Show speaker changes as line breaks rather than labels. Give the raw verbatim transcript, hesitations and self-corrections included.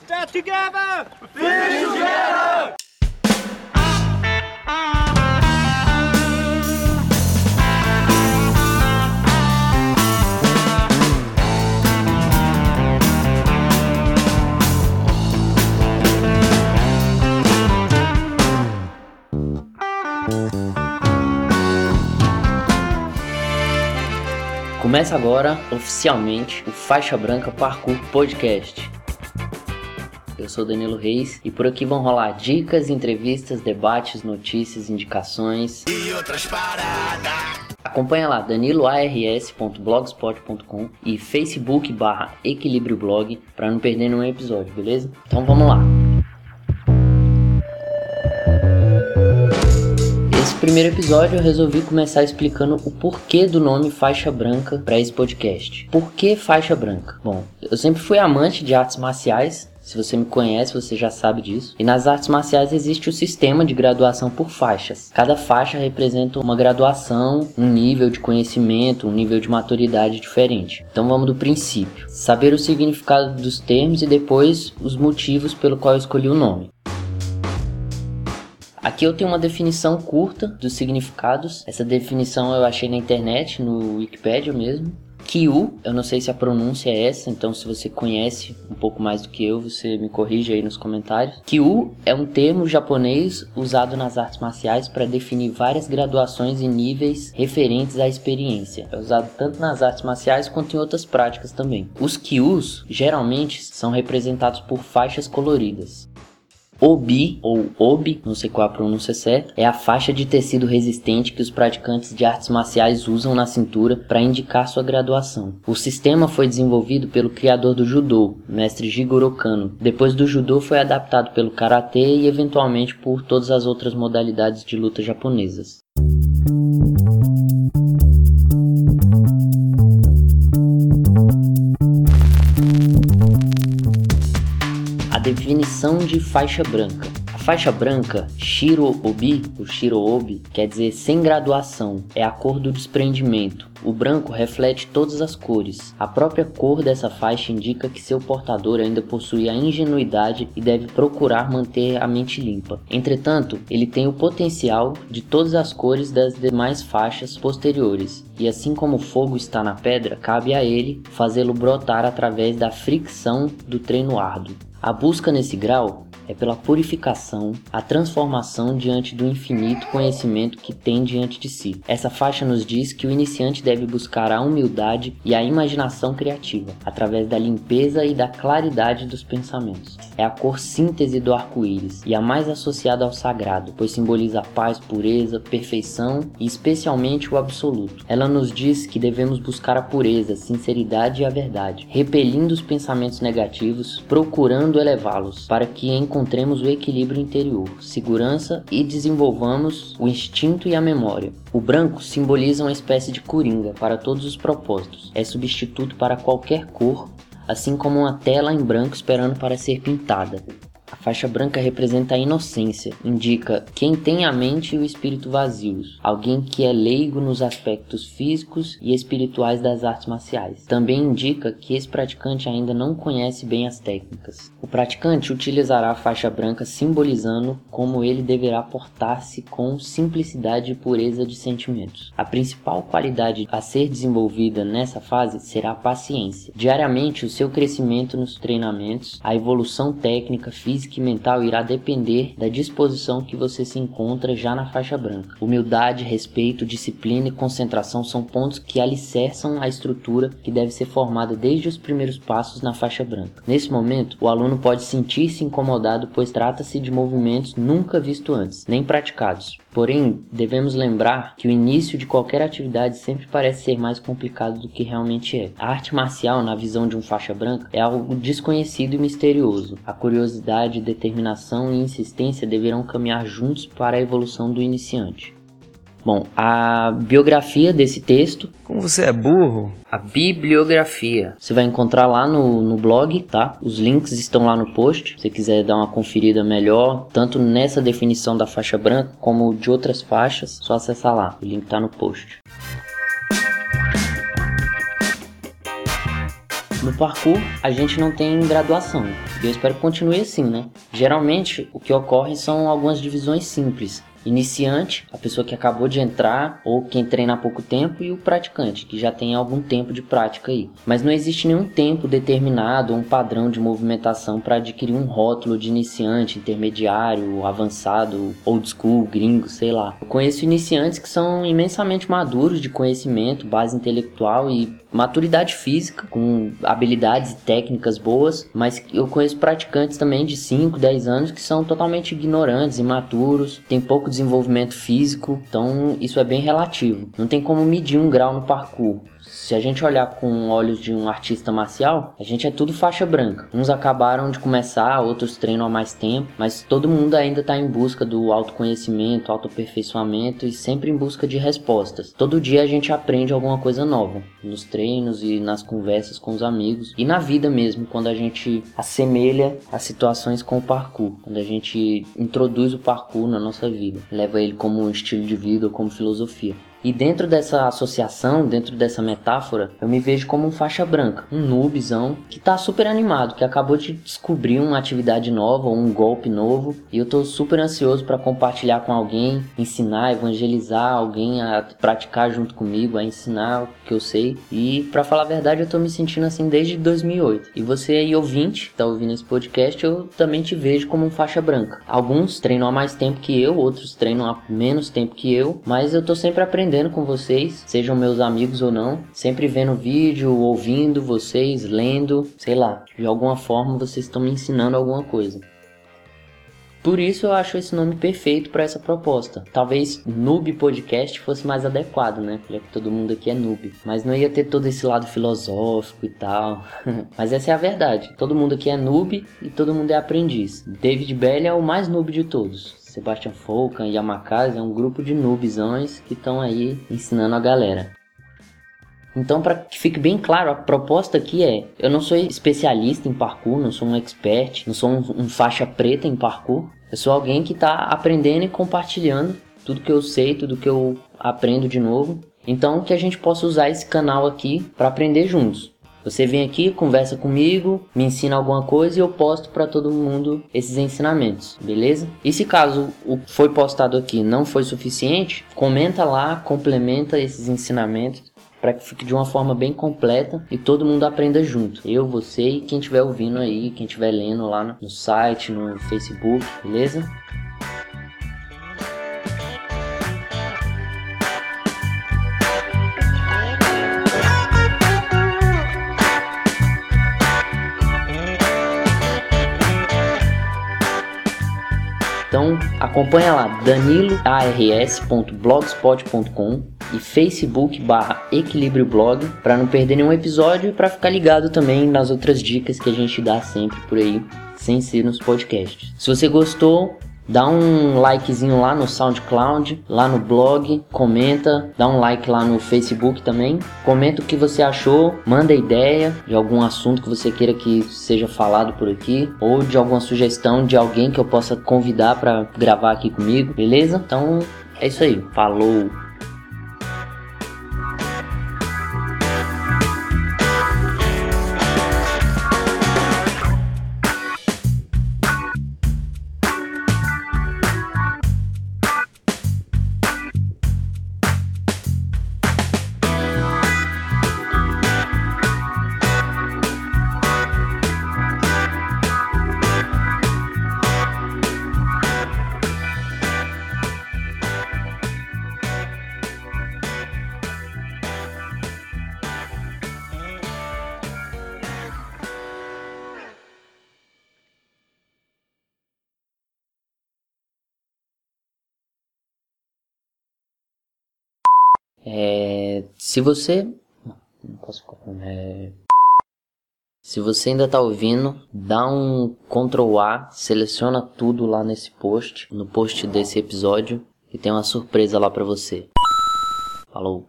Stand together! Finish together!
Começa agora, oficialmente, o Faixa Branca Parkour Podcast. Eu sou Danilo Reis e por aqui vão rolar dicas, entrevistas, debates, notícias, indicações e outras paradas. Acompanha lá danilo a r s ponto blogspot ponto com e facebook barra equilíbrio blog para não perder nenhum episódio, beleza? Então vamos lá. Nesse primeiro episódio eu resolvi começar explicando o porquê do nome Faixa Branca para esse podcast. Por que Faixa Branca? Bom, eu sempre fui amante de artes marciais, se você me conhece você já sabe disso. E nas artes marciais existe o sistema de graduação por faixas. Cada faixa representa uma graduação, um nível de conhecimento, um nível de maturidade diferente. Então vamos do princípio. Saber o significado dos termos e depois os motivos pelo qual eu escolhi o nome. Aqui eu tenho uma definição curta dos significados. Essa definição eu achei na internet, no Wikipedia mesmo. Kyu, eu não sei se a pronúncia é essa, então se você conhece um pouco mais do que eu, você me corrige aí nos comentários. Kyu é um termo japonês usado nas artes marciais para definir várias graduações e níveis referentes à experiência. É usado tanto nas artes marciais quanto em outras práticas também. Os Kyus geralmente são representados por faixas coloridas. Obi, ou Obi, não sei qual a pronúncia certa, é a faixa de tecido resistente que os praticantes de artes marciais usam na cintura para indicar sua graduação. O sistema foi desenvolvido pelo criador do judô, mestre Jigoro Kano. Depois do judô foi adaptado pelo karatê e eventualmente por todas as outras modalidades de luta japonesas. Definição de faixa branca. A faixa branca, Shiro-Obi, o Shiro-Obi, quer dizer sem graduação, é a cor do desprendimento. O branco reflete todas as cores. A própria cor dessa faixa indica que seu portador ainda possui a ingenuidade e deve procurar manter a mente limpa. Entretanto, ele tem o potencial de todas as cores das demais faixas posteriores. E assim como o fogo está na pedra, cabe a ele fazê-lo brotar através da fricção do treino árduo. A busca nesse grau é pela purificação, a transformação diante do infinito conhecimento que tem diante de si. Essa faixa nos diz que o iniciante deve buscar a humildade e a imaginação criativa, através da limpeza e da claridade dos pensamentos. É a cor síntese do arco-íris e a mais associada ao sagrado, pois simboliza a paz, pureza, perfeição e especialmente o absoluto. Ela nos diz que devemos buscar a pureza, a sinceridade e a verdade, repelindo os pensamentos negativos, procurando elevá-los, para que encontremos o equilíbrio interior, segurança e desenvolvamos o instinto e a memória. O branco simboliza uma espécie de coringa para todos os propósitos. É substituto para qualquer cor, assim como uma tela em branco esperando para ser pintada. A faixa branca representa a inocência, indica quem tem a mente e o espírito vazios, alguém que é leigo nos aspectos físicos e espirituais das artes marciais. Também indica que esse praticante ainda não conhece bem as técnicas. O praticante utilizará a faixa branca simbolizando como ele deverá portar-se com simplicidade e pureza de sentimentos. A principal qualidade a ser desenvolvida nessa fase será a paciência. Diariamente, o seu crescimento nos treinamentos, a evolução técnica, física e mental irá depender da disposição que você se encontra já na faixa branca. Humildade, respeito, disciplina e concentração são pontos que alicerçam a estrutura que deve ser formada desde os primeiros passos na faixa branca. Nesse momento, o aluno pode sentir-se incomodado, pois trata-se de movimentos nunca vistos antes, nem praticados. Porém, devemos lembrar que o início de qualquer atividade sempre parece ser mais complicado do que realmente é. A arte marcial, na visão de um faixa branca, é algo desconhecido e misterioso. A curiosidade, determinação e insistência deverão caminhar juntos para a evolução do iniciante. Bom, a biografia desse texto...
Como você é burro?
A bibliografia. Você vai encontrar lá no, no blog, tá? Os links estão lá no post. Se você quiser dar uma conferida melhor, tanto nessa definição da faixa branca, como de outras faixas, só acessar lá. O link tá no post. No parkour, a gente não tem graduação, e eu espero que continue assim, né? Geralmente, o que ocorre são algumas divisões simples. Iniciante, a pessoa que acabou de entrar ou quem treina há pouco tempo, e o praticante, que já tem algum tempo de prática aí. Mas não existe nenhum tempo determinado ou um padrão de movimentação para adquirir um rótulo de iniciante, intermediário, avançado, old school, gringo, sei lá. Eu conheço iniciantes que são imensamente maduros de conhecimento, base intelectual e maturidade física, com habilidades e técnicas boas, mas eu conheço praticantes também de cinco, dez anos que são totalmente ignorantes, imaturos, tem pouco desenvolvimento físico, então isso é bem relativo. Não tem como medir um grau no parkour. Se a gente olhar com olhos de um artista marcial, a gente é tudo faixa branca. Uns acabaram de começar, outros treinam há mais tempo, mas todo mundo ainda está em busca do autoconhecimento, autoaperfeiçoamento e sempre em busca de respostas. Todo dia a gente aprende alguma coisa nova, nos treinos e nas conversas com os amigos e na vida mesmo, quando a gente assemelha as situações com o parkour, quando a gente introduz o parkour na nossa vida, leva ele como um estilo de vida ou como filosofia. E dentro dessa associação, dentro dessa metáfora, eu me vejo como um faixa branca, um noobzão que tá super animado, que acabou de descobrir uma atividade nova, ou um golpe novo, e eu tô super ansioso para compartilhar com alguém, ensinar, evangelizar alguém a praticar junto comigo, a ensinar o que eu sei. E para falar a verdade, eu tô me sentindo assim desde dois mil e oito. E você aí ouvinte, que tá ouvindo esse podcast, eu também te vejo como um faixa branca. Alguns treinam há mais tempo que eu, outros treinam há menos tempo que eu, mas eu tô sempre aprendendo com vocês, sejam meus amigos ou não, sempre vendo vídeo, ouvindo vocês, lendo, sei lá, de alguma forma vocês estão me ensinando alguma coisa. Por isso eu acho esse nome perfeito para essa proposta. Talvez Noob Podcast fosse mais adequado, né? Já que todo mundo aqui é noob. Mas não ia ter todo esse lado filosófico e tal. Mas essa é a verdade. Todo mundo aqui é noob e todo mundo é aprendiz. David Belli é o mais noob de todos. Sebastian Falcon e Yamakaz é um grupo de noobzões que estão aí ensinando a galera. Então, para que fique bem claro, a proposta aqui é: eu não sou especialista em parkour, não sou um expert, não sou um, um faixa preta em parkour. Eu sou alguém que está aprendendo e compartilhando tudo que eu sei, tudo que eu aprendo de novo. Então, que a gente possa usar esse canal aqui para aprender juntos. Você vem aqui, conversa comigo, me ensina alguma coisa e eu posto para todo mundo esses ensinamentos, beleza? E se caso o que foi postado aqui não foi suficiente, comenta lá, complementa esses ensinamentos para que fique de uma forma bem completa e todo mundo aprenda junto. Eu, você e quem estiver ouvindo aí, quem estiver lendo lá no site, no Facebook, beleza? Então acompanha lá danilo ars ponto blogspot ponto com e facebook barra equilíbrio blog para não perder nenhum episódio e para ficar ligado também nas outras dicas que a gente dá sempre por aí, sem ser nos podcasts. Se você gostou, dá um likezinho lá no SoundCloud, lá no blog, comenta, dá um like lá no Facebook também, comenta o que você achou, manda ideia de algum assunto que você queira que seja falado por aqui, ou de alguma sugestão de alguém que eu possa convidar para gravar aqui comigo, beleza? Então é isso aí, falou! É, se você não posso ficar com, é, se você ainda tá ouvindo, dá um control A, seleciona tudo lá nesse post, no post desse episódio, e tem uma surpresa lá pra você. Falou!